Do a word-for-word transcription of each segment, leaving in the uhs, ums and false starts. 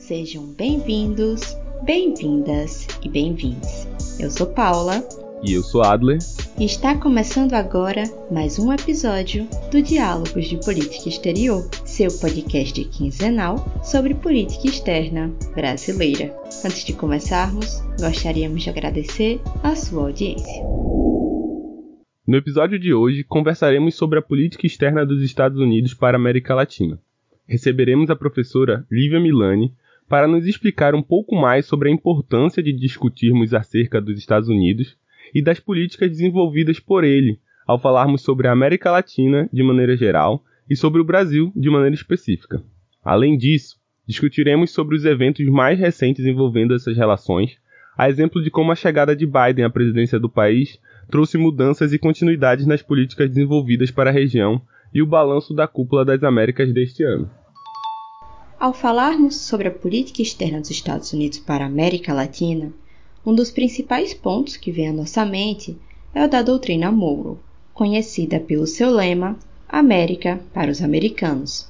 Sejam bem-vindos, bem-vindas e bem-vindes. Eu sou Paula. E eu sou Adler. E está começando agora mais um episódio do Diálogos de Política Exterior, seu podcast quinzenal sobre política externa brasileira. Antes de começarmos, gostaríamos de agradecer a sua audiência. No episódio de hoje, conversaremos sobre a política externa dos Estados Unidos para a América Latina. Receberemos a professora Lívia Milani para nos explicar um pouco mais sobre a importância de discutirmos acerca dos Estados Unidos e das políticas desenvolvidas por ele, ao falarmos sobre a América Latina de maneira geral e sobre o Brasil de maneira específica. Além disso, discutiremos sobre os eventos mais recentes envolvendo essas relações, a exemplo de como a chegada de Biden à presidência do país trouxe mudanças e continuidades nas políticas desenvolvidas para a região e o balanço da Cúpula das Américas deste ano. Ao falarmos sobre a política externa dos Estados Unidos para a América Latina, um dos principais pontos que vem à nossa mente é o da doutrina Monroe, conhecida pelo seu lema América para os Americanos.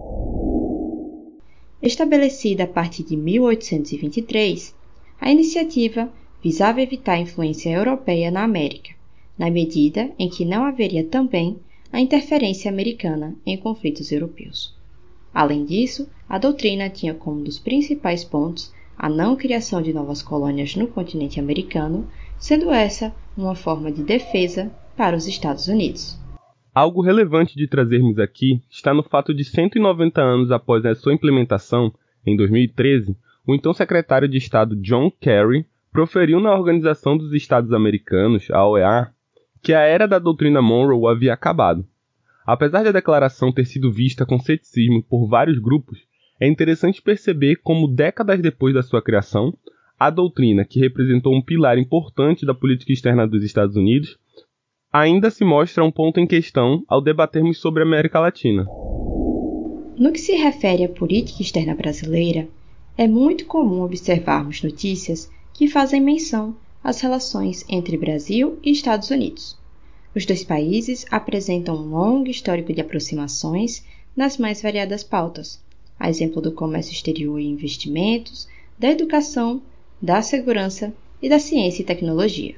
Estabelecida a partir de mil oitocentos e vinte e três, a iniciativa visava evitar a influência europeia na América, na medida em que não haveria também a interferência americana em conflitos europeus. Além disso, a doutrina tinha como um dos principais pontos a não criação de novas colônias no continente americano, sendo essa uma forma de defesa para os Estados Unidos. Algo relevante de trazermos aqui está no fato de cento e noventa anos após a sua implementação, em dois mil e treze, o então secretário de Estado John Kerry proferiu na Organização dos Estados Americanos, a O E A, que a era da doutrina Monroe havia acabado. Apesar de a declaração ter sido vista com ceticismo por vários grupos, é interessante perceber como, décadas depois da sua criação, a doutrina, que representou um pilar importante da política externa dos Estados Unidos, ainda se mostra um ponto em questão ao debatermos sobre a América Latina. No que se refere à política externa brasileira, é muito comum observarmos notícias que fazem menção às relações entre Brasil e Estados Unidos. Os dois países apresentam um longo histórico de aproximações nas mais variadas pautas, a exemplo do comércio exterior e investimentos, da educação, da segurança e da ciência e tecnologia.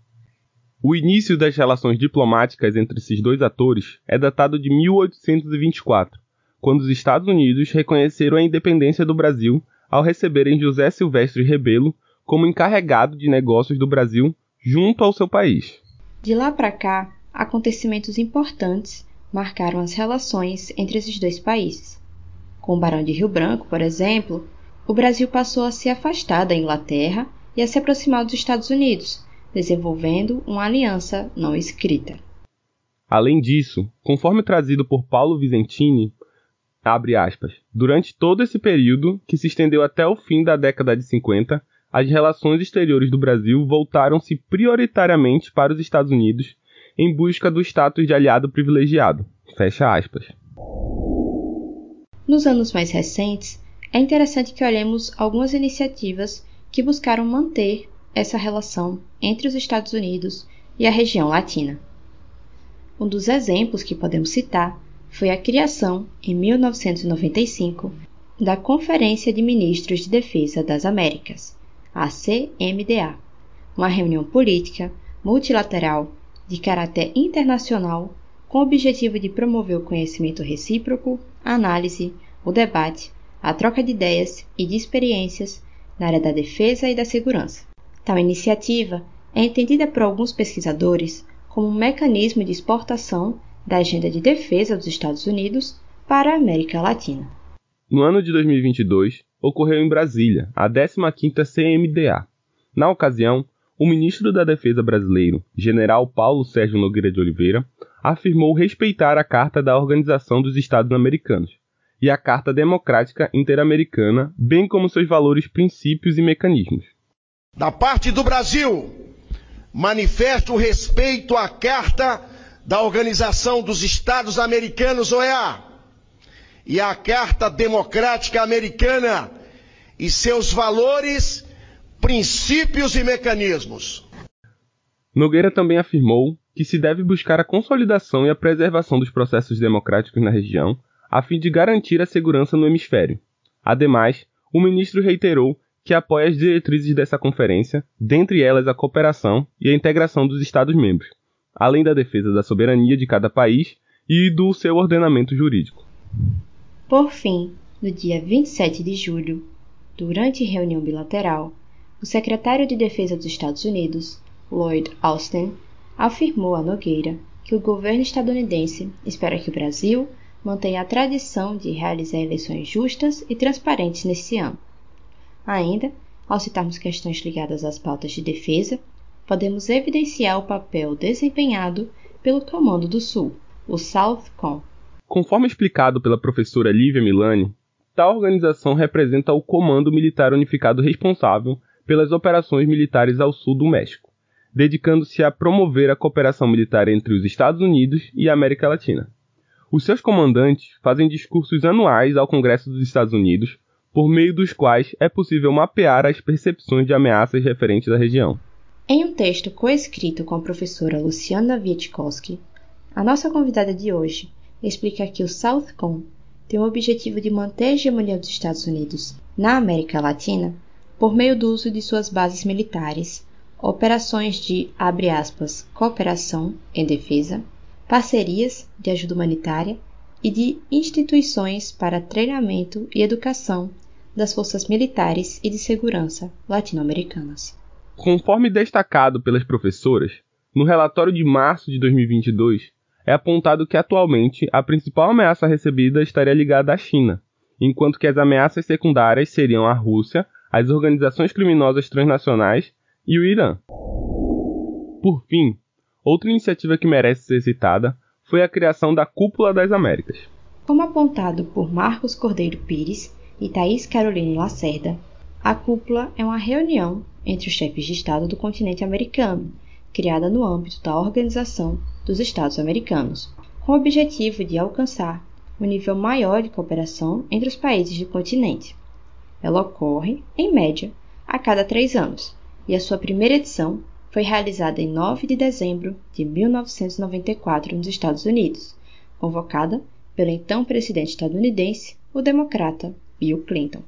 O início das relações diplomáticas entre esses dois atores é datado de mil oitocentos e vinte e quatro, quando os Estados Unidos reconheceram a independência do Brasil ao receberem José Silvestre Rebelo como encarregado de negócios do Brasil junto ao seu país. De lá para cá, acontecimentos importantes marcaram as relações entre esses dois países. Com o Barão de Rio Branco, por exemplo, o Brasil passou a se afastar da Inglaterra e a se aproximar dos Estados Unidos, desenvolvendo uma aliança não escrita. Além disso, conforme trazido por Paulo Visentini, abre aspas, durante todo esse período, que se estendeu até o fim da década de cinquenta, as relações exteriores do Brasil voltaram-se prioritariamente para os Estados Unidos em busca do status de aliado privilegiado. Fecha aspas. Nos anos mais recentes, é interessante que olhemos algumas iniciativas que buscaram manter essa relação entre os Estados Unidos e a região latina. Um dos exemplos que podemos citar foi a criação, em mil novecentos e noventa e cinco, da Conferência de Ministros de Defesa das Américas, a C M D A, uma reunião política, multilateral, de caráter internacional, com o objetivo de promover o conhecimento recíproco, a análise, o debate, a troca de ideias e de experiências na área da defesa e da segurança. Tal iniciativa é entendida por alguns pesquisadores como um mecanismo de exportação da agenda de defesa dos Estados Unidos para a América Latina. No ano de dois mil e vinte e dois, ocorreu em Brasília a décima quinta C M D A. Na ocasião, o ministro da Defesa brasileiro, general Paulo Sérgio Nogueira de Oliveira, afirmou respeitar a Carta da Organização dos Estados Americanos e a Carta Democrática Interamericana, bem como seus valores, princípios e mecanismos. Da parte do Brasil, manifesto o respeito à Carta da Organização dos Estados Americanos, O E A, e à Carta Democrática Americana e seus valores, princípios e mecanismos. Nogueira também afirmou que se deve buscar a consolidação e a preservação dos processos democráticos na região, a fim de garantir a segurança no hemisfério. Ademais, o ministro reiterou que apoia as diretrizes dessa conferência, dentre elas a cooperação e a integração dos Estados-membros, além da defesa da soberania de cada país e do seu ordenamento jurídico. Por fim, no dia vinte e sete de julho, durante reunião bilateral, o secretário de Defesa dos Estados Unidos, Lloyd Austin, afirmou a Nogueira que o governo estadunidense espera que o Brasil mantenha a tradição de realizar eleições justas e transparentes nesse ano. Ainda, ao citarmos questões ligadas às pautas de defesa, podemos evidenciar o papel desempenhado pelo Comando do Sul, o SOUTHCOM. Conforme explicado pela professora Lívia Milani, tal organização representa o Comando Militar Unificado responsável pelas operações militares ao sul do México, dedicando-se a promover a cooperação militar entre os Estados Unidos e a América Latina. Os seus comandantes fazem discursos anuais ao Congresso dos Estados Unidos, por meio dos quais é possível mapear as percepções de ameaças referentes à região. Em um texto coescrito com a professora Luciana Wietkowski, a nossa convidada de hoje explica que o SOUTHCOM tem o objetivo de manter a hegemonia dos Estados Unidos na América Latina por meio do uso de suas bases militares, operações de, abre aspas, cooperação em defesa, parcerias de ajuda humanitária e de instituições para treinamento e educação das forças militares e de segurança latino-americanas. Conforme destacado pelas professoras, no relatório de março de dois mil e vinte e dois, é apontado que atualmente a principal ameaça recebida estaria ligada à China, enquanto que as ameaças secundárias seriam a Rússia, as organizações criminosas transnacionais e o Irã. Por fim, outra iniciativa que merece ser citada foi a criação da Cúpula das Américas. Como apontado por Marcos Cordeiro Pires e Thaís Caroline Lacerda, a Cúpula é uma reunião entre os chefes de Estado do continente americano, criada no âmbito da Organização dos Estados Americanos, com o objetivo de alcançar um nível maior de cooperação entre os países do continente. Ela ocorre, em média, a cada três anos, e a sua primeira edição foi realizada em nove de dezembro de mil novecentos e noventa e quatro nos Estados Unidos, convocada pelo então presidente estadunidense, o democrata Bill Clinton.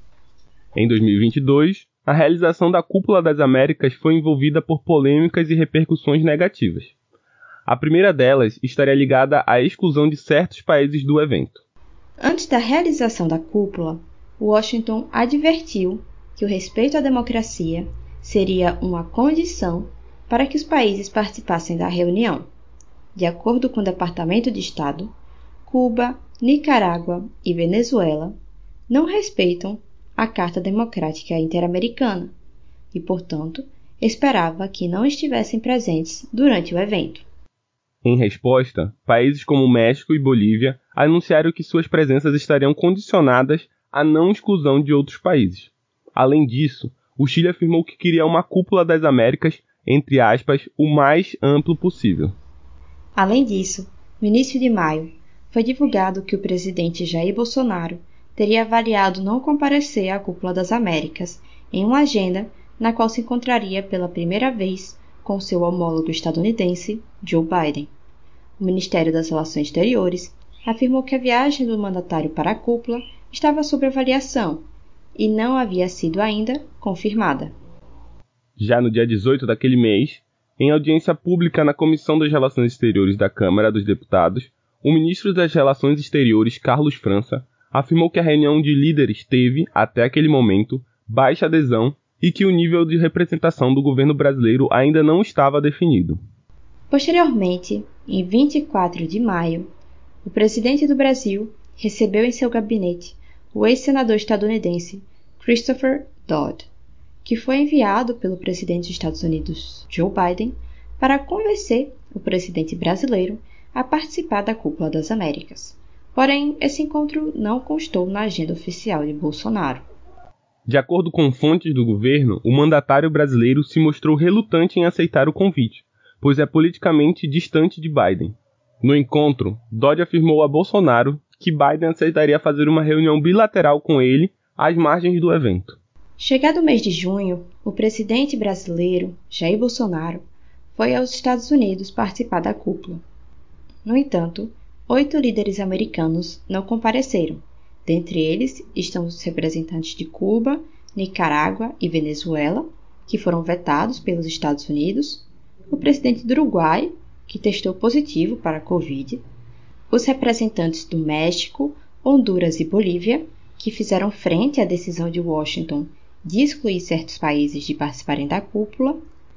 Em dois mil e vinte e dois, a realização da Cúpula das Américas foi envolvida por polêmicas e repercussões negativas. A primeira delas estaria ligada à exclusão de certos países do evento. Antes da realização da cúpula, Washington advertiu que o respeito à democracia seria uma condição para que os países participassem da reunião. De acordo com o Departamento de Estado, Cuba, Nicarágua e Venezuela não respeitam a Carta Democrática Interamericana e, portanto, esperava que não estivessem presentes durante o evento. Em resposta, países como México e Bolívia anunciaram que suas presenças estariam condicionadas à não exclusão de outros países. Além disso, o Chile afirmou que queria uma Cúpula das Américas, entre aspas, o mais amplo possível. Além disso, no início de maio, foi divulgado que o presidente Jair Bolsonaro teria avaliado não comparecer à Cúpula das Américas em uma agenda na qual se encontraria pela primeira vez com seu homólogo estadunidense, Joe Biden. O Ministério das Relações Exteriores afirmou que a viagem do mandatário para a cúpula estava sob avaliação e não havia sido ainda confirmada. Já no dia dezoito daquele mês, em audiência pública na Comissão das Relações Exteriores da Câmara dos Deputados, o ministro das Relações Exteriores, Carlos França, afirmou que a reunião de líderes teve, até aquele momento, baixa adesão e que o nível de representação do governo brasileiro ainda não estava definido. Posteriormente, em vinte e quatro de maio, o presidente do Brasil recebeu em seu gabinete o ex-senador estadunidense Christopher Dodd, que foi enviado pelo presidente dos Estados Unidos, Joe Biden, para convencer o presidente brasileiro a participar da Cúpula das Américas. Porém, esse encontro não constou na agenda oficial de Bolsonaro. De acordo com fontes do governo, o mandatário brasileiro se mostrou relutante em aceitar o convite, pois é politicamente distante de Biden. No encontro, Dodd afirmou a Bolsonaro que Biden aceitaria fazer uma reunião bilateral com ele às margens do evento. Chegado o mês de junho, o presidente brasileiro, Jair Bolsonaro, foi aos Estados Unidos participar da cúpula. No entanto, oito líderes americanos não compareceram, Dentre eles estão os representantes de Cuba, Nicarágua e Venezuela, que foram vetados pelos Estados Unidos, o presidente do Uruguai, que testou positivo para a Covid, os representantes do México, Honduras e Bolívia, que fizeram frente à decisão de Washington de excluir certos países de participarem da cúpula,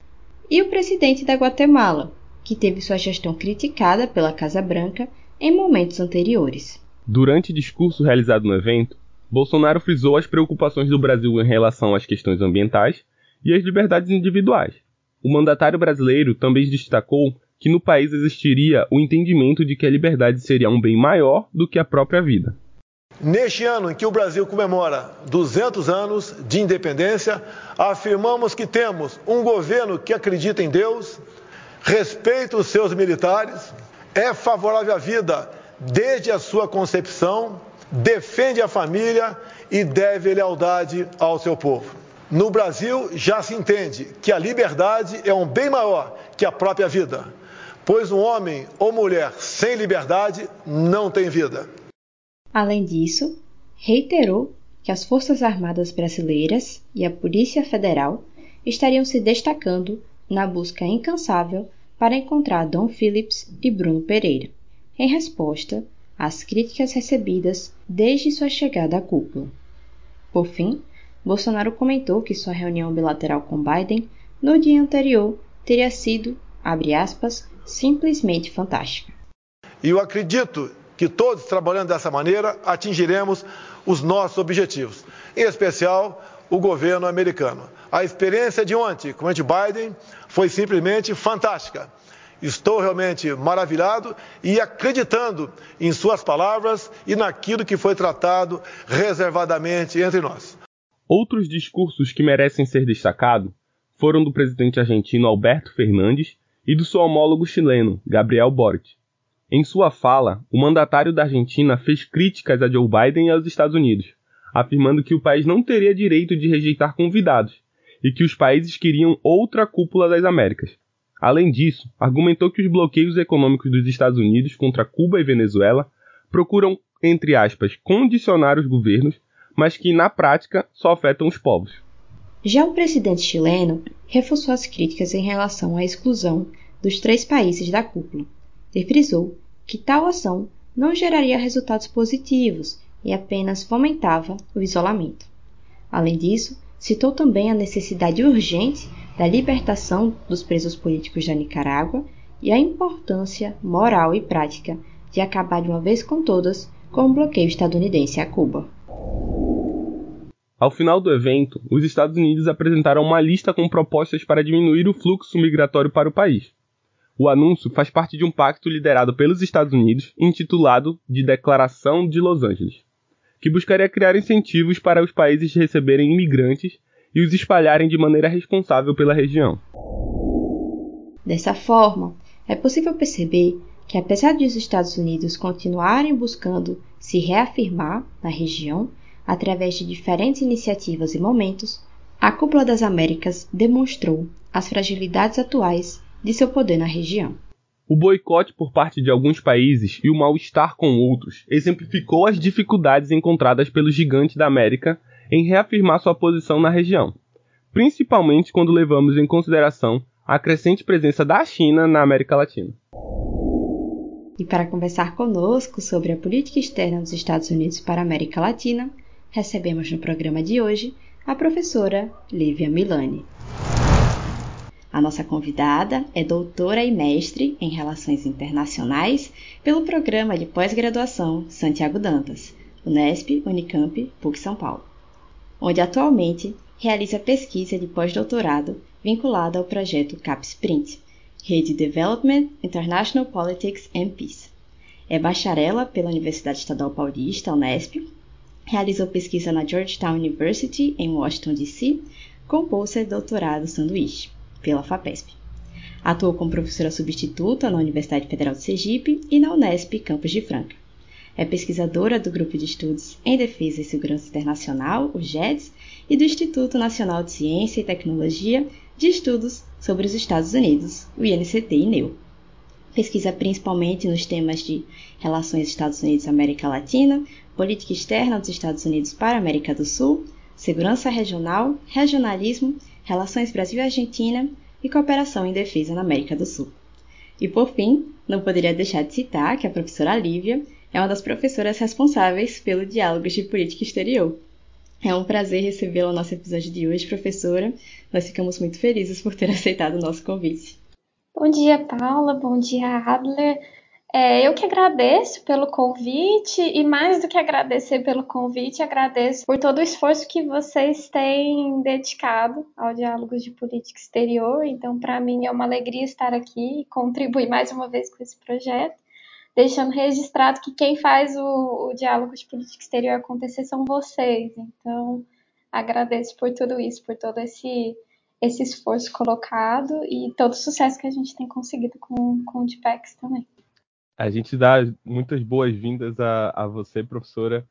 e o presidente da Guatemala, que teve sua gestão criticada pela Casa Branca em momentos anteriores. Durante discurso realizado no evento, Bolsonaro frisou as preocupações do Brasil em relação às questões ambientais e às liberdades individuais. O mandatário brasileiro também destacou que no país existiria o entendimento de que a liberdade seria um bem maior do que a própria vida. Neste ano em que o Brasil comemora duzentos anos de independência, afirmamos que temos um governo que acredita em Deus, respeita os seus militares, é favorável à vida desde a sua concepção, defende a família e deve lealdade ao seu povo. No Brasil já se entende que a liberdade é um bem maior que a própria vida, pois um homem ou mulher sem liberdade não tem vida. Além disso, reiterou que as Forças Armadas brasileiras e a Polícia Federal estariam se destacando na busca incansável para encontrar Dom Phillips e Bruno Pereira, em resposta às críticas recebidas desde sua chegada à cúpula. Por fim, Bolsonaro comentou que sua reunião bilateral com Biden no dia anterior teria sido, abre aspas, simplesmente fantástica. E eu acredito que todos trabalhando dessa maneira atingiremos os nossos objetivos, em especial o governo americano. A experiência de ontem com o Biden foi simplesmente fantástica. Estou realmente maravilhado e acreditando em suas palavras e naquilo que foi tratado reservadamente entre nós. Outros discursos que merecem ser destacados foram do presidente argentino Alberto Fernandes e do seu homólogo chileno, Gabriel Boric. Em sua fala, o mandatário da Argentina fez críticas a Joe Biden e aos Estados Unidos, afirmando que o país não teria direito de rejeitar convidados e que os países queriam outra cúpula das Américas. Além disso, argumentou que os bloqueios econômicos dos Estados Unidos contra Cuba e Venezuela procuram, entre aspas, condicionar os governos, mas que, na prática, só afetam os povos. Já o presidente chileno reforçou as críticas em relação à exclusão dos três países da cúpula e frisou que tal ação não geraria resultados positivos e apenas fomentava o isolamento. Além disso, citou também a necessidade urgente da libertação dos presos políticos da Nicarágua e a importância moral e prática de acabar de uma vez com todas com o bloqueio estadunidense a Cuba. Ao final do evento, os Estados Unidos apresentaram uma lista com propostas para diminuir o fluxo migratório para o país. O anúncio faz parte de um pacto liderado pelos Estados Unidos, intitulado de Declaração de Los Angeles, que buscaria criar incentivos para os países receberem imigrantes e os espalharem de maneira responsável pela região. Dessa forma, é possível perceber que, apesar de os Estados Unidos continuarem buscando se reafirmar na região através de diferentes iniciativas e momentos, a Cúpula das Américas demonstrou as fragilidades atuais de seu poder na região. O boicote por parte de alguns países e o mal-estar com outros exemplificou as dificuldades encontradas pelo gigante da América em reafirmar sua posição na região, principalmente quando levamos em consideração a crescente presença da China na América Latina. E para conversar conosco sobre a política externa dos Estados Unidos para a América Latina, recebemos no programa de hoje a professora Lívia Milani. A nossa convidada é doutora e mestre em Relações Internacionais pelo Programa de Pós-Graduação Santiago Dantas, Unesp, Unicamp, P U C São Paulo, onde atualmente realiza pesquisa de pós-doutorado vinculada ao projeto CAPES-Print, Rede Development, International Politics and Peace. É bacharela pela Universidade Estadual Paulista, Unesp, realizou pesquisa na Georgetown University, em Washington, D C, com pós-doutorado sanduíche, pela FAPESP. Atuou como professora substituta na Universidade Federal de Sergipe e na Unesp, Campos de Franca. É pesquisadora do Grupo de Estudos em Defesa e Segurança Internacional, o GEDS, e do Instituto Nacional de Ciência e Tecnologia de Estudos sobre os Estados Unidos, o I N C T I N E U. Pesquisa principalmente nos temas de relações Estados Unidos-América Latina, política externa dos Estados Unidos para a América do Sul, segurança regional, regionalismo, relações Brasil-Argentina e cooperação em defesa na América do Sul. E por fim, não poderia deixar de citar que a professora Lívia é uma das professoras responsáveis pelo Diálogos de Política Exterior. É um prazer recebê-la no nosso episódio de hoje, professora. Nós ficamos muito felizes por ter aceitado o nosso convite. Bom dia, Paula. Bom dia, Adler. É, eu que agradeço pelo convite e, mais do que agradecer pelo convite, agradeço por todo o esforço que vocês têm dedicado ao Diálogos de Política Exterior. Então, para mim, é uma alegria estar aqui e contribuir mais uma vez com esse projeto, deixando registrado que quem faz o, o Diálogo de Política Exterior acontecer são vocês. Então, agradeço por tudo isso, por todo esse, esse esforço colocado e todo o sucesso que a gente tem conseguido com, com o D P E X também. A gente dá muitas boas-vindas a, a você, professora.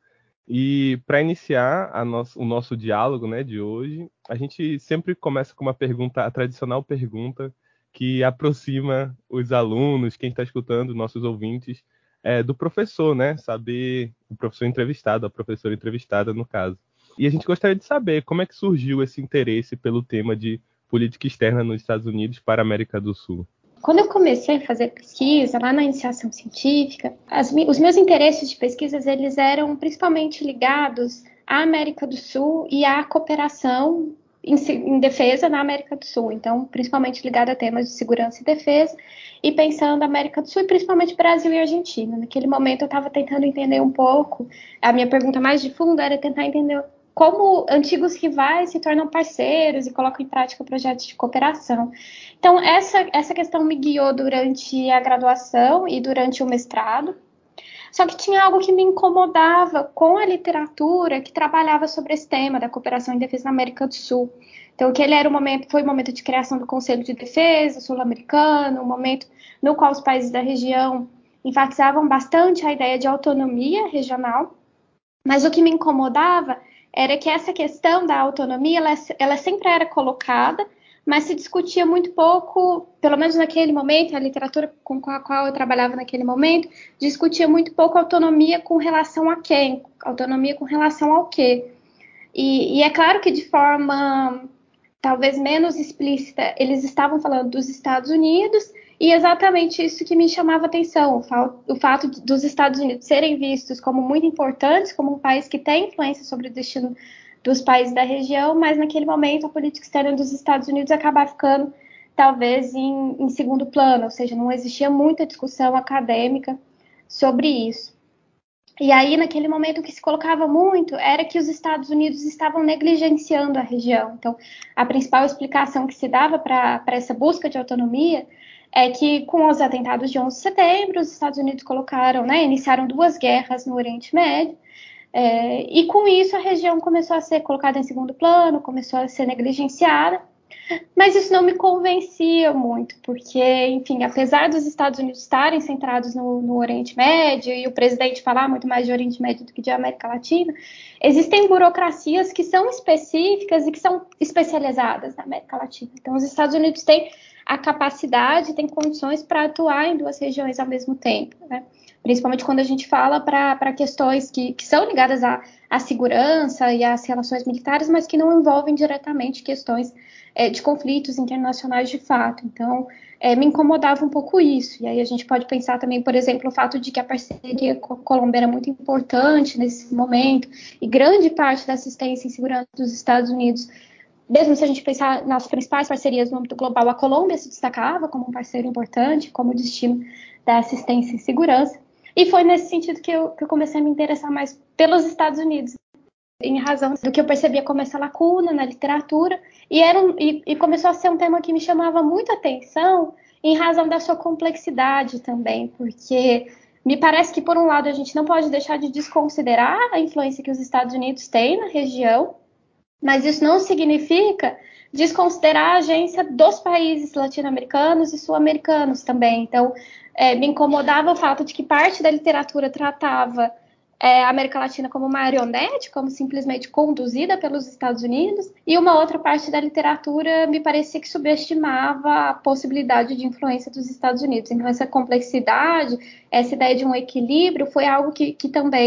E para iniciar a nosso, o nosso diálogo, né, de hoje, a gente sempre começa com uma pergunta, a tradicional pergunta, que aproxima os alunos, quem está escutando, nossos ouvintes, é, do professor, né? Saber o professor entrevistado, a professora entrevistada, no caso. E a gente gostaria de saber como é que surgiu esse interesse pelo tema de política externa nos Estados Unidos para a América do Sul. Quando eu comecei a fazer pesquisa, lá na iniciação científica, as, os meus interesses de pesquisas, eles eram principalmente ligados à América do Sul e à cooperação Em, em defesa na América do Sul, então principalmente ligado a temas de segurança e defesa, e pensando na América do Sul e principalmente Brasil e Argentina. Naquele momento eu estava tentando entender um pouco, a minha pergunta mais de fundo era tentar entender como antigos rivais se tornam parceiros e colocam em prática projetos de cooperação. Então essa, essa questão me guiou durante a graduação e durante o mestrado. Só que tinha algo que me incomodava com a literatura que trabalhava sobre esse tema da cooperação em defesa na América do Sul. Então, aquele era o momento, foi o momento de criação do Conselho de Defesa Sul-Americano, um momento no qual os países da região enfatizavam bastante a ideia de autonomia regional. Mas o que me incomodava era que essa questão da autonomia, ela, ela sempre era colocada, mas se discutia muito pouco, pelo menos naquele momento, a literatura com a qual eu trabalhava naquele momento, discutia muito pouco autonomia com relação a quem, autonomia com relação ao quê. E, e é claro que de forma talvez menos explícita, eles estavam falando dos Estados Unidos, e exatamente isso que me chamava a atenção, o fato, o fato de, dos Estados Unidos serem vistos como muito importantes, como um país que tem influência sobre o destino dos países da região, mas naquele momento a política externa dos Estados Unidos acabava ficando talvez em, em segundo plano, ou seja, não existia muita discussão acadêmica sobre isso. E aí, naquele momento, o que se colocava muito era que os Estados Unidos estavam negligenciando a região. Então, a principal explicação que se dava para essa busca de autonomia é que, com os atentados de onze de setembro, os Estados Unidos colocaram, né, iniciaram duas guerras no Oriente Médio, é, e com isso a região começou a ser colocada em segundo plano, começou a ser negligenciada. Mas isso não me convencia muito, porque, enfim, apesar dos Estados Unidos estarem centrados no, no Oriente Médio e o presidente falar muito mais de Oriente Médio do que de América Latina, existem burocracias que são específicas e que são especializadas na América Latina. Então, os Estados Unidos têm a capacidade, têm condições para atuar em duas regiões ao mesmo tempo, né? Principalmente quando a gente fala para questões que, que são ligadas à, à segurança e às relações militares, mas que não envolvem diretamente questões é, de conflitos internacionais de fato. Então, é, me incomodava um pouco isso. E aí a gente pode pensar também, por exemplo, o fato de que a parceria com a Colômbia era muito importante nesse momento, e grande parte da assistência em segurança dos Estados Unidos, mesmo se a gente pensar nas principais parcerias no âmbito global, a Colômbia se destacava como um parceiro importante, como destino da assistência em segurança. E foi nesse sentido que eu, que eu comecei a me interessar mais pelos Estados Unidos, em razão do que eu percebia como essa lacuna na literatura, e, era um, e, e começou a ser um tema que me chamava muita atenção em razão da sua complexidade também, porque me parece que, por um lado, a gente não pode deixar de desconsiderar a influência que os Estados Unidos têm na região, mas isso não significa desconsiderar a agência dos países latino-americanos e sul-americanos também. Então, é, me incomodava o fato de que parte da literatura tratava é, a América Latina como marionete, como simplesmente conduzida pelos Estados Unidos, e uma outra parte da literatura me parecia que subestimava a possibilidade de influência dos Estados Unidos. Então, essa complexidade, essa ideia de um equilíbrio foi algo que, que também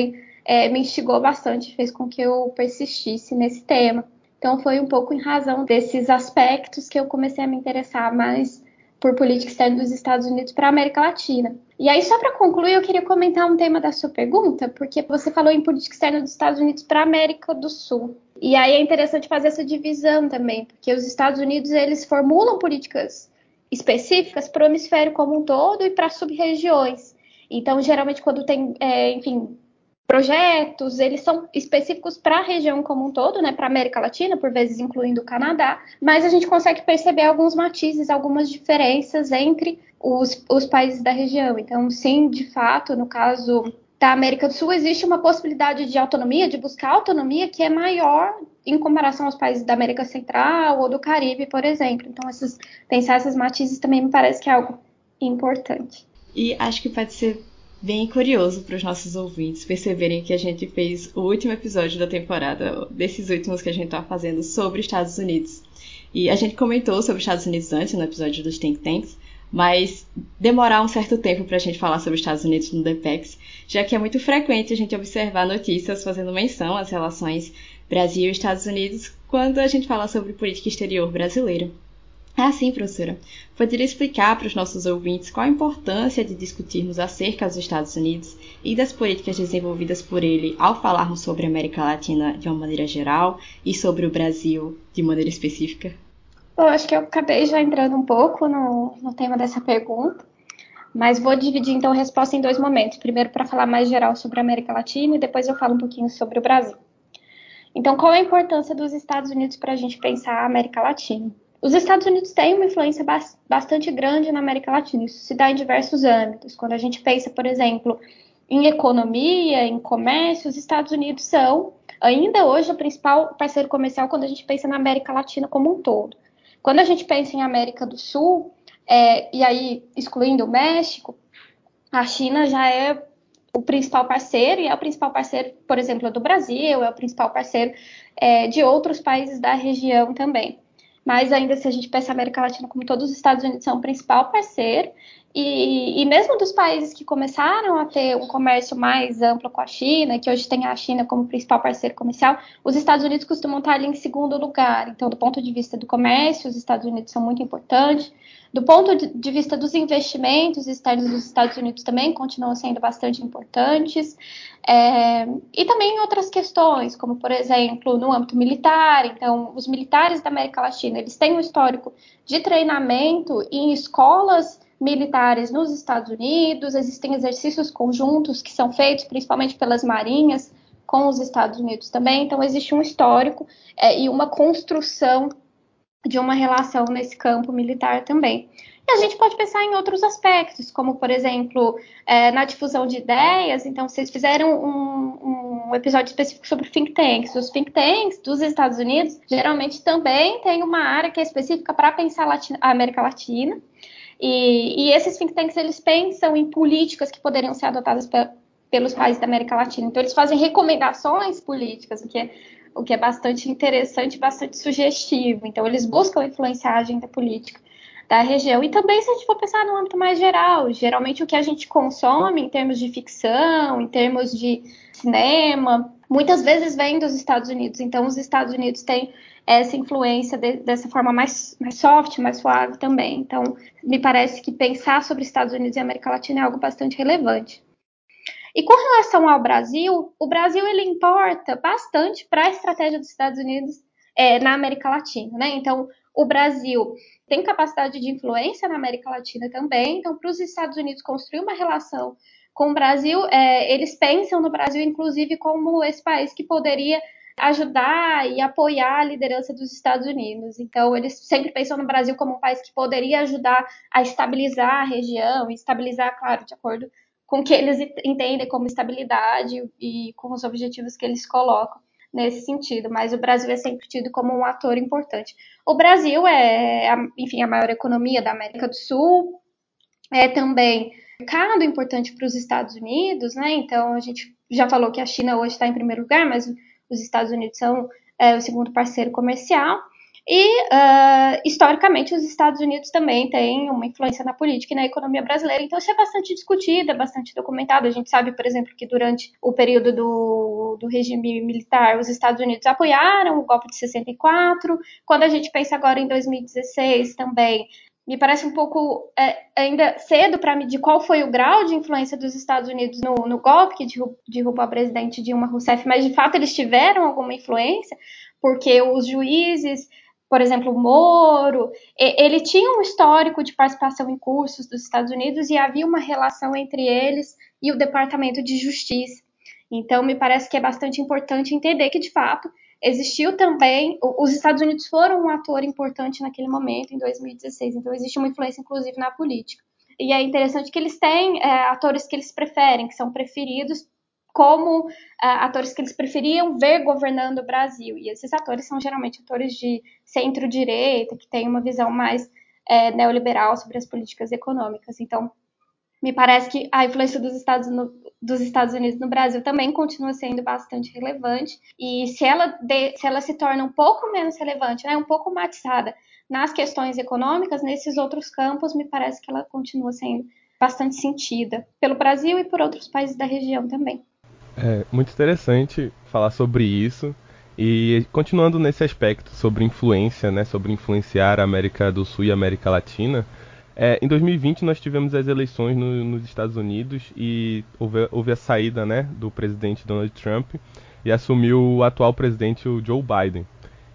é, me instigou bastante, fez com que eu persistisse nesse tema. Então foi um pouco em razão desses aspectos que eu comecei a me interessar mais por política externa dos Estados Unidos para a América Latina. E aí, só para concluir, eu queria comentar um tema da sua pergunta, porque você falou em política externa dos Estados Unidos para a América do Sul. E aí é interessante fazer essa divisão também, porque os Estados Unidos, eles formulam políticas específicas para o hemisfério como um todo e para sub-regiões. Então, geralmente, quando tem, é, enfim, projetos, eles são específicos para a região como um todo, né, para a América Latina, por vezes incluindo o Canadá, mas a gente consegue perceber alguns matizes, algumas diferenças entre os, os países da região. Então, sim, de fato, no caso da América do Sul, existe uma possibilidade de autonomia, de buscar autonomia que é maior em comparação aos países da América Central ou do Caribe, por exemplo. Então, esses, pensar esses matizes também me parece que é algo importante. E acho que pode ser bem curioso para os nossos ouvintes perceberem que a gente fez o último episódio da temporada, desses últimos que a gente está fazendo, sobre os Estados Unidos. E a gente comentou sobre os Estados Unidos antes, no episódio dos Think Tanks, mas demorar um certo tempo para a gente falar sobre os Estados Unidos no The PAX, já que é muito frequente a gente observar notícias fazendo menção às relações Brasil e Estados Unidos quando a gente fala sobre política exterior brasileira. É assim, professora. Poderia explicar para os nossos ouvintes qual a importância de discutirmos acerca dos Estados Unidos e das políticas desenvolvidas por ele ao falarmos sobre a América Latina de uma maneira geral e sobre o Brasil de maneira específica? Bom, acho que eu acabei já entrando um pouco no, no tema dessa pergunta, mas vou dividir então a resposta em dois momentos. Primeiro para falar mais geral sobre a América Latina e depois eu falo um pouquinho sobre o Brasil. Então, qual é a importância dos Estados Unidos para a gente pensar a América Latina? Os Estados Unidos têm uma influência bastante grande na América Latina, isso se dá em diversos âmbitos. Quando a gente pensa, por exemplo, em economia, em comércio, os Estados Unidos são, ainda hoje, o principal parceiro comercial quando a gente pensa na América Latina como um todo. Quando a gente pensa em América do Sul, é, e aí excluindo o México, a China já é o principal parceiro, e é o principal parceiro, por exemplo, do Brasil, é o principal parceiro é, de outros países da região também. Mas ainda se a gente pensa a América Latina como todos os Estados Unidos são o principal parceiro, e, e mesmo dos países que começaram a ter um comércio mais amplo com a China, que hoje tem a China como principal parceiro comercial, os Estados Unidos costumam estar ali em segundo lugar. Então, do ponto de vista do comércio, os Estados Unidos são muito importantes. Do ponto de vista dos investimentos externos, os Estados Unidos também continuam sendo bastante importantes. É, e também em outras questões, como, por exemplo, no âmbito militar. Então, os militares da América Latina, eles têm um histórico de treinamento em escolas militares nos Estados Unidos, existem exercícios conjuntos que são feitos principalmente pelas marinhas com os Estados Unidos também. Então, existe um histórico é, e uma construção de uma relação nesse campo militar também. E a gente pode pensar em outros aspectos, como, por exemplo, é, na difusão de ideias. Então, vocês fizeram um, um episódio específico sobre think tanks. Os think tanks dos Estados Unidos, geralmente, também tem uma área que é específica para pensar Latina, a América Latina. E, e esses think tanks, eles pensam em políticas que poderiam ser adotadas pe- pelos países da América Latina. Então, eles fazem recomendações políticas, o que é o que é bastante interessante e bastante sugestivo. Então, eles buscam influenciar a agenda política da região. E também, se a gente for pensar no âmbito mais geral, geralmente o que a gente consome em termos de ficção, em termos de cinema, muitas vezes vem dos Estados Unidos. Então, os Estados Unidos têm essa influência de, dessa forma mais, mais soft, mais suave também. Então, me parece que pensar sobre Estados Unidos e América Latina é algo bastante relevante. E com relação ao Brasil, o Brasil ele importa bastante para a estratégia dos Estados Unidos é, na América Latina, né? Então, o Brasil tem capacidade de influência na América Latina também. Então, para os Estados Unidos construir uma relação com o Brasil, é, eles pensam no Brasil, inclusive, como esse país que poderia ajudar e apoiar a liderança dos Estados Unidos. Então, eles sempre pensam no Brasil como um país que poderia ajudar a estabilizar a região, e estabilizar, claro, de acordo com o que eles entendem como estabilidade e com os objetivos que eles colocam nesse sentido, mas o Brasil é sempre tido como um ator importante. O Brasil é, enfim, a maior economia da América do Sul, é também um mercado importante para os Estados Unidos, né? Então, a gente já falou que a China hoje está em primeiro lugar, mas os Estados Unidos são é, o segundo parceiro comercial. E, uh, historicamente, os Estados Unidos também têm uma influência na política e na economia brasileira. Então, isso é bastante discutido, é bastante documentado. A gente sabe, por exemplo, que durante o período do, do regime militar, os Estados Unidos apoiaram o golpe de sessenta e quatro. Quando a gente pensa agora em dois mil e dezesseis também, me parece um pouco é, ainda cedo para medir qual foi o grau de influência dos Estados Unidos no, no golpe que derrubou a presidente Dilma Rousseff, mas, de fato, eles tiveram alguma influência, porque os juízes... Por exemplo, o Moro, ele tinha um histórico de participação em cursos dos Estados Unidos e havia uma relação entre eles e o Departamento de Justiça. Então, me parece que é bastante importante entender que, de fato, existiu também... Os Estados Unidos foram um ator importante naquele momento, em dois mil e dezesseis. Então, existe uma influência, inclusive, na política. E é interessante que eles têm é, atores que eles preferem, que são preferidos como uh, atores que eles preferiam ver governando o Brasil. E esses atores são geralmente atores de centro-direita, que têm uma visão mais é, neoliberal sobre as políticas econômicas. Então, me parece que a influência dos Estados, no, dos Estados Unidos no Brasil também continua sendo bastante relevante. E se ela, de, se ela se torna um pouco menos relevante, né, um pouco matizada nas questões econômicas, nesses outros campos, me parece que ela continua sendo bastante sentida pelo Brasil e por outros países da região também. É muito interessante falar sobre isso e continuando nesse aspecto sobre influência, né, sobre influenciar a América do Sul e a América Latina. É, em dois mil e vinte nós tivemos as eleições no, nos Estados Unidos e houve, houve a saída, né, do presidente Donald Trump e assumiu o atual presidente, o Joe Biden.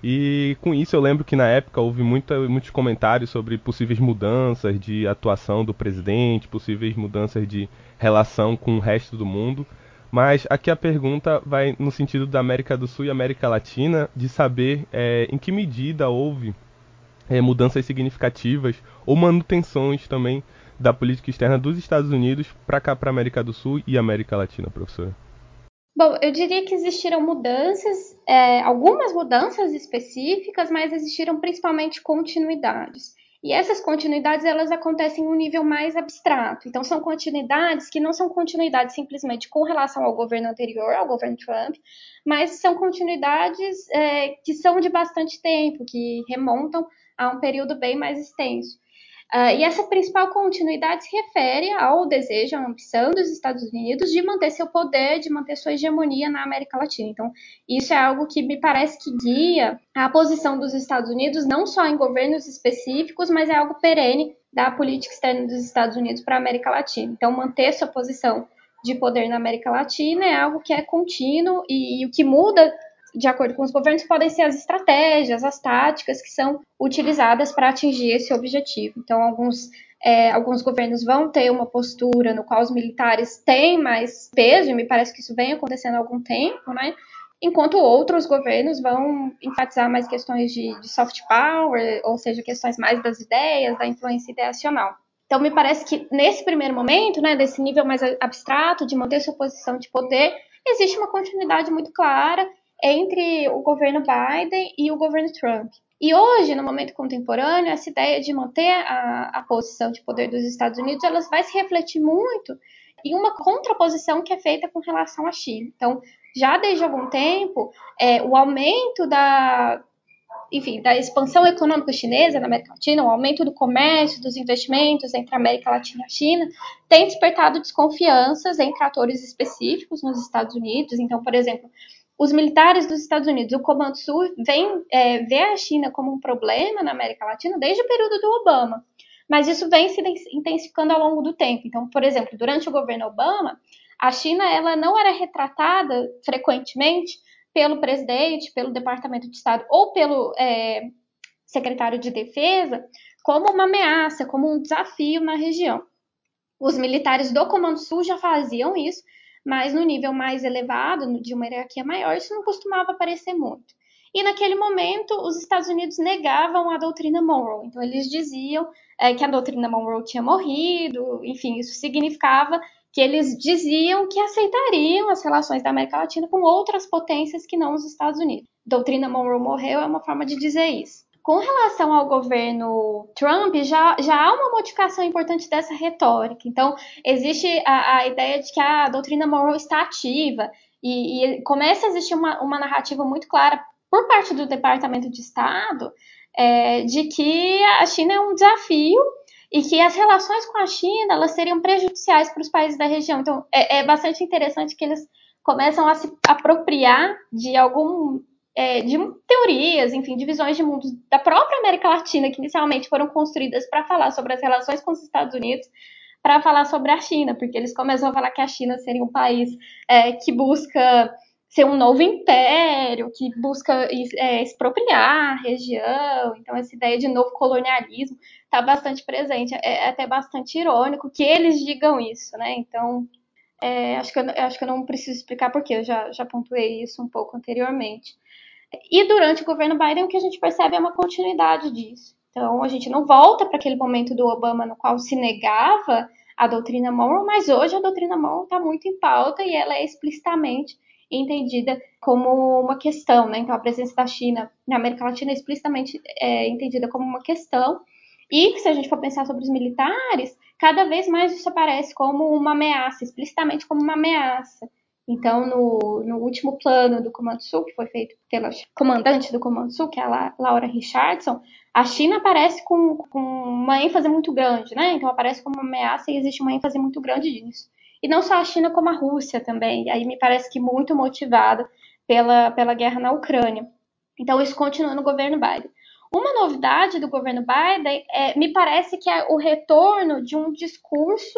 E com isso eu lembro que na época houve muita, muitos comentários sobre possíveis mudanças de atuação do presidente, possíveis mudanças de relação com o resto do mundo. Mas aqui a pergunta vai no sentido da América do Sul e América Latina, de saber é, em que medida houve é, mudanças significativas ou manutenções também da política externa dos Estados Unidos para cá, para a América do Sul e América Latina, professora. Bom, eu diria que existiram mudanças, é, algumas mudanças específicas, mas existiram principalmente continuidades. E essas continuidades, elas acontecem em um nível mais abstrato. Então, são continuidades que não são continuidades simplesmente com relação ao governo anterior, ao governo Trump, mas são continuidades é, que são de bastante tempo, que remontam a um período bem mais extenso. Uh, e essa principal continuidade se refere ao desejo, à ambição dos Estados Unidos de manter seu poder, de manter sua hegemonia na América Latina. Então, isso é algo que me parece que guia a posição dos Estados Unidos, não só em governos específicos, mas é algo perene da política externa dos Estados Unidos para a América Latina. Então, manter sua posição de poder na América Latina é algo que é contínuo e, e o que muda de acordo com os governos, podem ser as estratégias, as táticas que são utilizadas para atingir esse objetivo. Então, alguns, é, alguns governos vão ter uma postura no qual os militares têm mais peso, e me parece que isso vem acontecendo há algum tempo, né? Enquanto outros governos vão enfatizar mais questões de, de soft power, ou seja, questões mais das ideias, da influência ideacional. Então, me parece que nesse primeiro momento, né, desse nível mais abstrato, de manter sua posição de poder, existe uma continuidade muito clara entre o governo Biden e o governo Trump. E hoje, no momento contemporâneo, essa ideia de manter a, a posição de poder dos Estados Unidos, ela vai se refletir muito em uma contraposição que é feita com relação à China. Então, já desde algum tempo, é, o aumento da, enfim, da expansão econômica chinesa na América Latina, o aumento do comércio, dos investimentos entre a América Latina e a China, tem despertado desconfianças entre atores específicos nos Estados Unidos. Então, por exemplo, os militares dos Estados Unidos, o Comando Sul, vem é, ver a China como um problema na América Latina desde o período do Obama. Mas isso vem se intensificando ao longo do tempo. Então, por exemplo, durante o governo Obama, a China ela não era retratada frequentemente pelo presidente, pelo Departamento de Estado ou pelo é, secretário de Defesa como uma ameaça, como um desafio na região. Os militares do Comando Sul já faziam isso, mas no nível mais elevado, de uma hierarquia maior, isso não costumava aparecer muito. E naquele momento, os Estados Unidos negavam a doutrina Monroe. Então, eles diziam é, que a doutrina Monroe tinha morrido, enfim, isso significava que eles diziam que aceitariam as relações da América Latina com outras potências que não os Estados Unidos. Doutrina Monroe morreu é uma forma de dizer isso. Com relação ao governo Trump, já, já há uma modificação importante dessa retórica. Então, existe a, a ideia de que a doutrina Monroe está ativa e, e começa a existir uma, uma narrativa muito clara por parte do Departamento de Estado é, de que a China é um desafio e que as relações com a China elas seriam prejudiciais para os países da região. Então, é, é bastante interessante que eles começam a se apropriar de algum é, de teorias, enfim, de visões de mundo da própria América Latina, que inicialmente foram construídas para falar sobre as relações com os Estados Unidos, para falar sobre a China, porque eles começam a falar que a China seria um país é, que busca ser um novo império, que busca é, expropriar a região. Então, essa ideia de novo colonialismo está bastante presente. É até bastante irônico que eles digam isso, né? Então, é, acho, que eu, acho que eu não preciso explicar porque eu já, já pontuei isso um pouco anteriormente. E durante o governo Biden, o que a gente percebe é uma continuidade disso. Então, a gente não volta para aquele momento do Obama no qual se negava a doutrina Monroe, mas hoje a doutrina Monroe está muito em pauta e ela é explicitamente entendida como uma questão, né? Então, a presença da China na América Latina é explicitamente é, entendida como uma questão. E, se a gente for pensar sobre os militares, cada vez mais isso aparece como uma ameaça, explicitamente como uma ameaça. Então, no, no último plano do Comando Sul, que foi feito pela comandante do Comando Sul, que é a Laura Richardson, a China aparece com, com uma ênfase muito grande, né? Então, aparece como uma ameaça e existe uma ênfase muito grande nisso. E não só a China, como a Rússia também. Aí me parece que muito motivada pela, pela guerra na Ucrânia. Então, isso continua no governo Biden. Uma novidade do governo Biden é, me parece que é o retorno de um discurso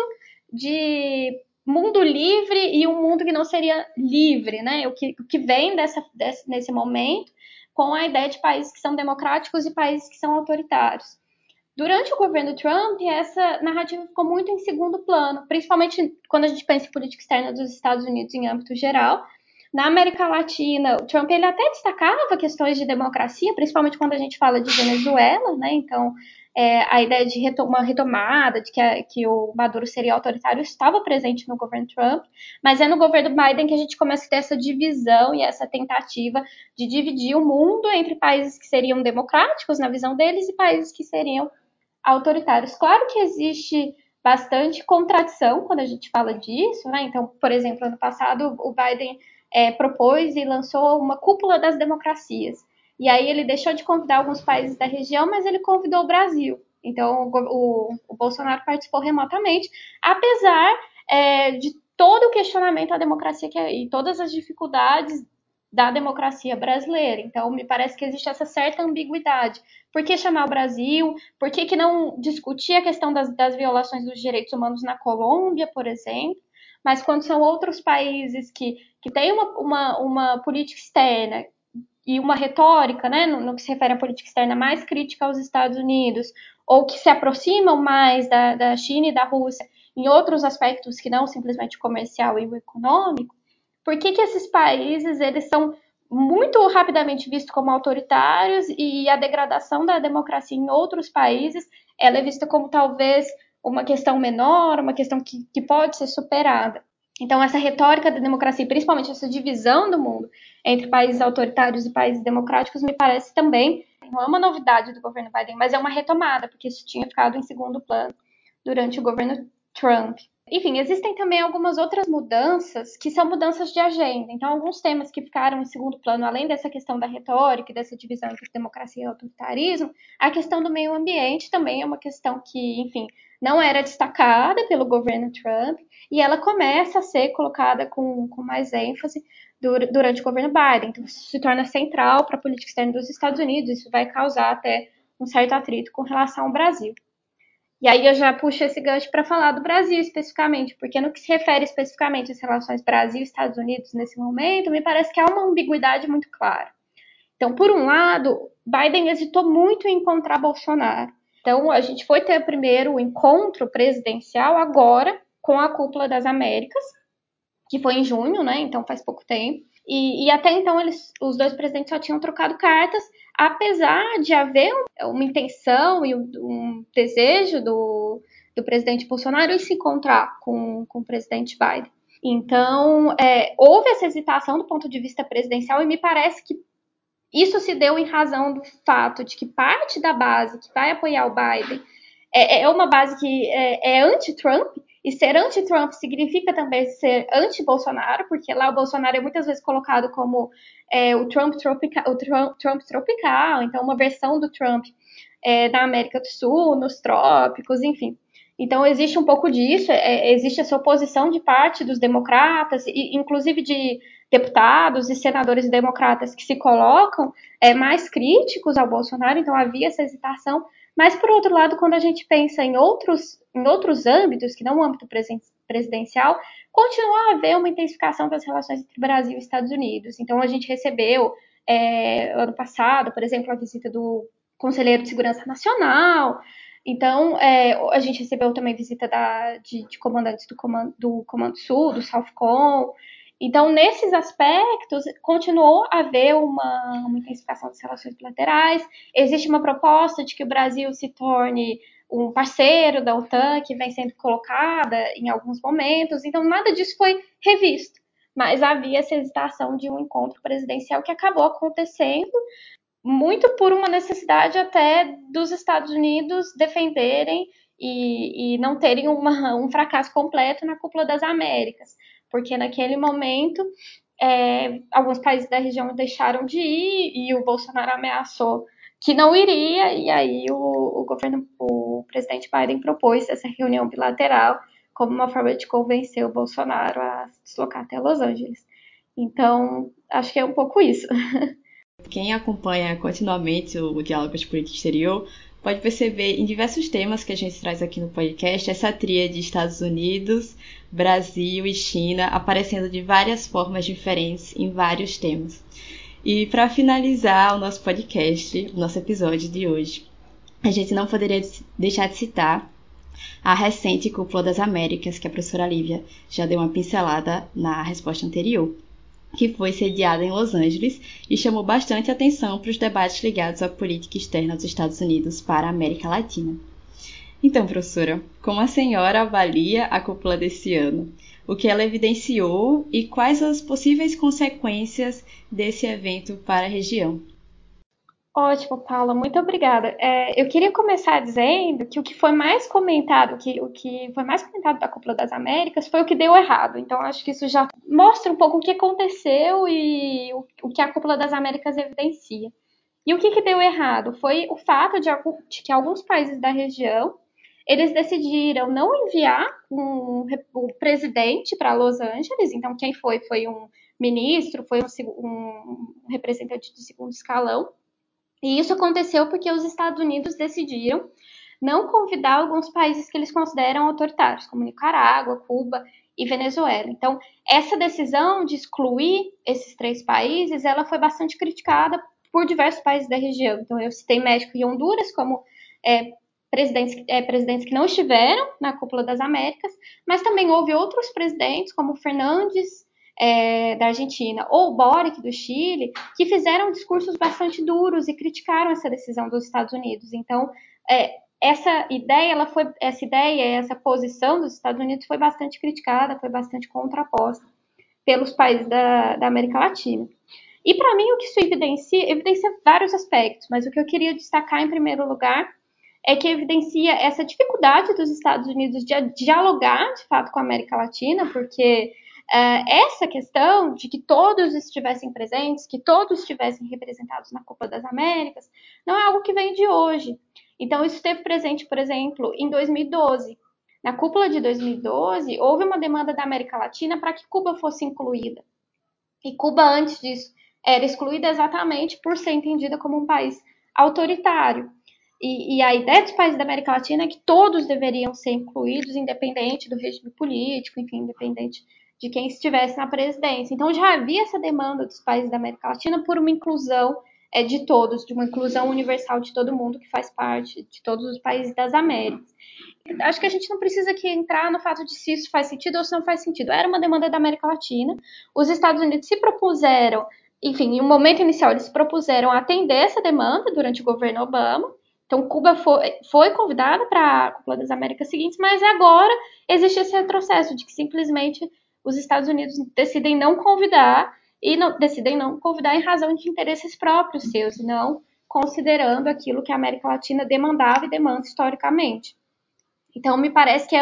de mundo livre e um mundo que não seria livre, né? O que, o que vem dessa, desse, nesse momento com a ideia de países que são democráticos e países que são autoritários. Durante o governo Trump, essa narrativa ficou muito em segundo plano, principalmente quando a gente pensa em política externa dos Estados Unidos em âmbito geral. Na América Latina, o Trump ele até destacava questões de democracia, principalmente quando a gente fala de Venezuela, né? Então, é, a ideia de retom- uma retomada, de que, a, que o Maduro seria autoritário, estava presente no governo Trump, mas é no governo Biden que a gente começa a ter essa divisão e essa tentativa de dividir o mundo entre países que seriam democráticos, na visão deles, e países que seriam autoritários. Claro que existe bastante contradição quando a gente fala disso, né? Então, por exemplo, ano passado o Biden é, propôs e lançou uma cúpula das democracias. E aí ele deixou de convidar alguns países da região, mas ele convidou o Brasil. Então, o, o, o Bolsonaro participou remotamente, apesar é, de todo o questionamento à democracia que, e todas as dificuldades da democracia brasileira. Então, me parece que existe essa certa ambiguidade. Por que chamar o Brasil? Por que, que não discutir a questão das, das violações dos direitos humanos na Colômbia, por exemplo? Mas quando são outros países que, que têm uma, uma, uma política externa e uma retórica, né, no, no que se refere à política externa mais crítica aos Estados Unidos, ou que se aproximam mais da, da China e da Rússia em outros aspectos que não simplesmente comercial e o econômico, por que, que esses países eles são muito rapidamente vistos como autoritários e a degradação da democracia em outros países ela é vista como talvez uma questão menor, uma questão que, que pode ser superada. Então, essa retórica da democracia, principalmente essa divisão do mundo entre países autoritários e países democráticos, me parece também, não é uma novidade do governo Biden, mas é uma retomada, porque isso tinha ficado em segundo plano durante o governo Trump. Enfim, existem também algumas outras mudanças que são mudanças de agenda. Então, alguns temas que ficaram em segundo plano, além dessa questão da retórica e dessa divisão entre democracia e autoritarismo, a questão do meio ambiente também é uma questão que, enfim, não era destacada pelo governo Trump e ela começa a ser colocada com, com mais ênfase durante o governo Biden. Então, isso se torna central para a política externa dos Estados Unidos. Isso vai causar até um certo atrito com relação ao Brasil. E aí eu já puxo esse gancho para falar do Brasil especificamente, porque no que se refere especificamente às relações Brasil e Estados Unidos nesse momento, me parece que há uma ambiguidade muito clara. Então, por um lado, Biden hesitou muito em encontrar Bolsonaro. Então, a gente foi ter primeiro o encontro presidencial agora com a Cúpula das Américas, que foi em junho, né? Então faz pouco tempo. E, e até então eles, os dois presidentes só tinham trocado cartas, apesar de haver uma intenção e um, um desejo do, do presidente Bolsonaro em se encontrar com, com o presidente Biden. Então, é, houve essa hesitação do ponto de vista presidencial e me parece que isso se deu em razão do fato de que parte da base que vai apoiar o Biden é, é uma base que é, é anti-Trump E ser anti-Trump significa também ser anti-Bolsonaro, porque lá o Bolsonaro é muitas vezes colocado como é, o, Trump tropical, o Trump, Trump tropical, então uma versão do Trump é, na América do Sul, nos trópicos, enfim. Então existe um pouco disso, é, existe essa oposição de parte dos democratas, e, inclusive de deputados e senadores democratas que se colocam é, mais críticos ao Bolsonaro, então havia essa hesitação. Mas, por outro lado, quando a gente pensa em outros, em outros âmbitos, que não o âmbito presidencial, continua a haver uma intensificação das relações entre Brasil e Estados Unidos. Então, a gente recebeu, é, ano passado, por exemplo, a visita do Conselheiro de Segurança Nacional. Então, é, a gente recebeu também visita da, de, de comandantes do Comando, do Comando Sul, do Southcom. Então, nesses aspectos, continuou a haver uma, uma intensificação das relações bilaterais. Existe uma proposta de que o Brasil se torne um parceiro da OTAN, que vem sendo colocada em alguns momentos. Então, nada disso foi revisto. Mas havia essa hesitação de um encontro presidencial que acabou acontecendo, muito por uma necessidade até dos Estados Unidos defenderem e, e não terem uma, um fracasso completo na Cúpula das Américas. Porque naquele momento, é, alguns países da região deixaram de ir e o Bolsonaro ameaçou que não iria, e aí o, o governo, o presidente Biden propôs essa reunião bilateral como uma forma de convencer o Bolsonaro a se deslocar até Los Angeles. Então, acho que é um pouco isso. Quem acompanha continuamente o, o Diálogo de Política Exterior pode perceber em diversos temas que a gente traz aqui no podcast essa tríade de Estados Unidos, Brasil e China aparecendo de várias formas diferentes em vários temas. E para finalizar o nosso podcast, o nosso episódio de hoje, a gente não poderia deixar de citar a recente Cúpula das Américas, que a professora Lívia já deu uma pincelada na resposta anterior, que foi sediada em Los Angeles e chamou bastante atenção para os debates ligados à política externa dos Estados Unidos para a América Latina. Então, professora, como a senhora avalia a cúpula desse ano? O que ela evidenciou e quais as possíveis consequências desse evento para a região? Ótimo, Paula, muito obrigada. É, eu queria começar dizendo que o que foi mais comentado, que, o que foi mais comentado da Cúpula das Américas foi o que deu errado. Então, acho que isso já mostra um pouco o que aconteceu e o, o que a Cúpula das Américas evidencia. E o que, que deu errado? Foi o fato de, de que alguns países da região, eles decidiram não enviar um, um presidente para Los Angeles. Então, quem foi? Foi um ministro, foi um, um representante de segundo escalão. E isso aconteceu porque os Estados Unidos decidiram não convidar alguns países que eles consideram autoritários, como Nicarágua, Cuba e Venezuela. Então, essa decisão de excluir esses três países, ela foi bastante criticada por diversos países da região. Então, eu citei México e Honduras como é, presidentes, é, presidentes que não estiveram na Cúpula das Américas, mas também houve outros presidentes, como Fernandes, É, da Argentina, ou Boric, do Chile, que fizeram discursos bastante duros e criticaram essa decisão dos Estados Unidos. Então, é, essa ideia, ela foi, essa ideia, essa posição dos Estados Unidos foi bastante criticada, foi bastante contraposta pelos países da, da América Latina. E, para mim, o que isso evidencia, evidencia vários aspectos, mas o que eu queria destacar, em primeiro lugar, é que evidencia essa dificuldade dos Estados Unidos de dialogar, de fato, com a América Latina, porque Uh, essa questão de que todos estivessem presentes, que todos estivessem representados na Cúpula das Américas, não é algo que vem de hoje. Então, isso esteve presente, por exemplo, em dois mil e doze. Na Cúpula de dois mil e doze, houve uma demanda da América Latina para que Cuba fosse incluída. E Cuba, antes disso, era excluída exatamente por ser entendida como um país autoritário. E, e a ideia dos países da América Latina é que todos deveriam ser incluídos, independente do regime político, enfim, independente de quem estivesse na presidência. Então, já havia essa demanda dos países da América Latina por uma inclusão é, de todos, de uma inclusão universal de todo mundo que faz parte de todos os países das Américas. Acho que a gente não precisa aqui entrar no fato de se isso faz sentido ou se não faz sentido. Era uma demanda da América Latina. Os Estados Unidos se propuseram, enfim, em um momento inicial, eles se propuseram a atender essa demanda durante o governo Obama. Então, Cuba foi, foi convidada para a Cúpula das Américas seguintes, mas agora existe esse retrocesso de que simplesmente os Estados Unidos decidem não convidar e não, decidem não convidar em razão de interesses próprios seus, e não considerando aquilo que a América Latina demandava e demanda historicamente. Então, me parece que é,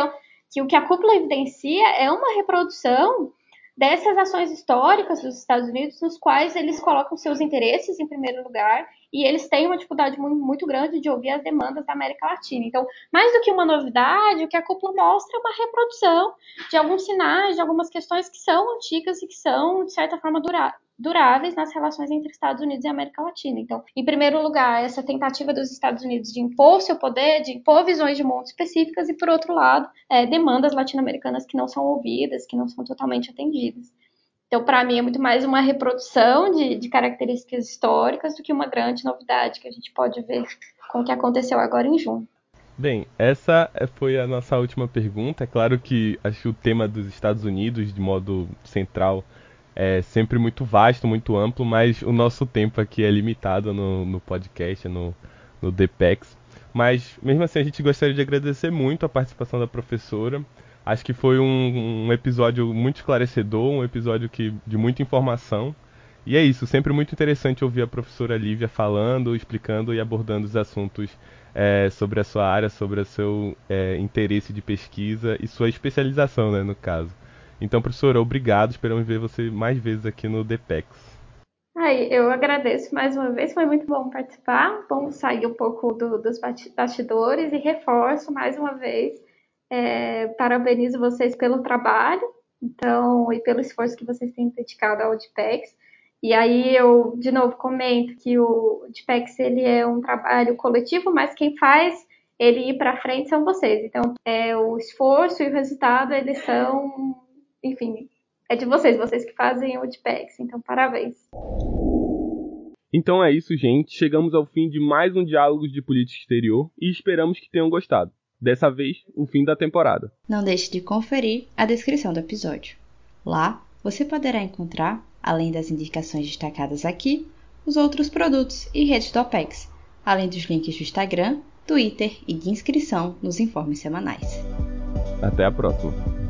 que o que a cúpula evidencia é uma reprodução dessas ações históricas dos Estados Unidos, nos quais eles colocam seus interesses em primeiro lugar, e eles têm uma dificuldade muito, muito grande de ouvir as demandas da América Latina. Então, mais do que uma novidade, o que a cúpula mostra é uma reprodução de alguns sinais, de algumas questões que são antigas e que são, de certa forma, dura- duráveis nas relações entre Estados Unidos e América Latina. Então, em primeiro lugar, essa tentativa dos Estados Unidos de impor seu poder, de impor visões de mundo específicas, e, por outro lado, é, demandas latino-americanas que não são ouvidas, que não são totalmente atendidas. Então, para mim, é muito mais uma reprodução de, de características históricas do que uma grande novidade que a gente pode ver com o que aconteceu agora em junho. Bem, essa foi a nossa última pergunta. É claro que acho que o tema dos Estados Unidos, de modo central, é sempre muito vasto, muito amplo, mas o nosso tempo aqui é limitado no, no podcast, no, no D P E X. Mas, mesmo assim, a gente gostaria de agradecer muito a participação da professora. Acho que foi um, um episódio muito esclarecedor, um episódio que, de muita informação. E é isso, sempre muito interessante ouvir a professora Lívia falando, explicando e abordando os assuntos é, sobre a sua área, sobre o seu é, interesse de pesquisa e sua especialização, né, no caso. Então, professora, obrigado, esperamos ver você mais vezes aqui no D P E X. Ai, eu agradeço mais uma vez, foi muito bom participar, bom sair um pouco do, dos bastidores, e reforço mais uma vez, é, parabenizo vocês pelo trabalho, então, e pelo esforço que vocês têm dedicado ao D P E X. E aí eu, de novo, comento que o D P E X ele é um trabalho coletivo, mas quem faz ele ir para frente são vocês. Então, é, o esforço e o resultado, eles são, enfim, é de vocês, vocês que fazem o D P E X. Então, parabéns. Então é isso, gente. Chegamos ao fim de mais um Diálogos de Política Exterior e esperamos que tenham gostado. Dessa vez, o fim da temporada. Não deixe de conferir a descrição do episódio. Lá, você poderá encontrar, além das indicações destacadas aqui, os outros produtos e redes do OPEX, além dos links do Instagram, Twitter e de inscrição nos informes semanais. Até a próxima!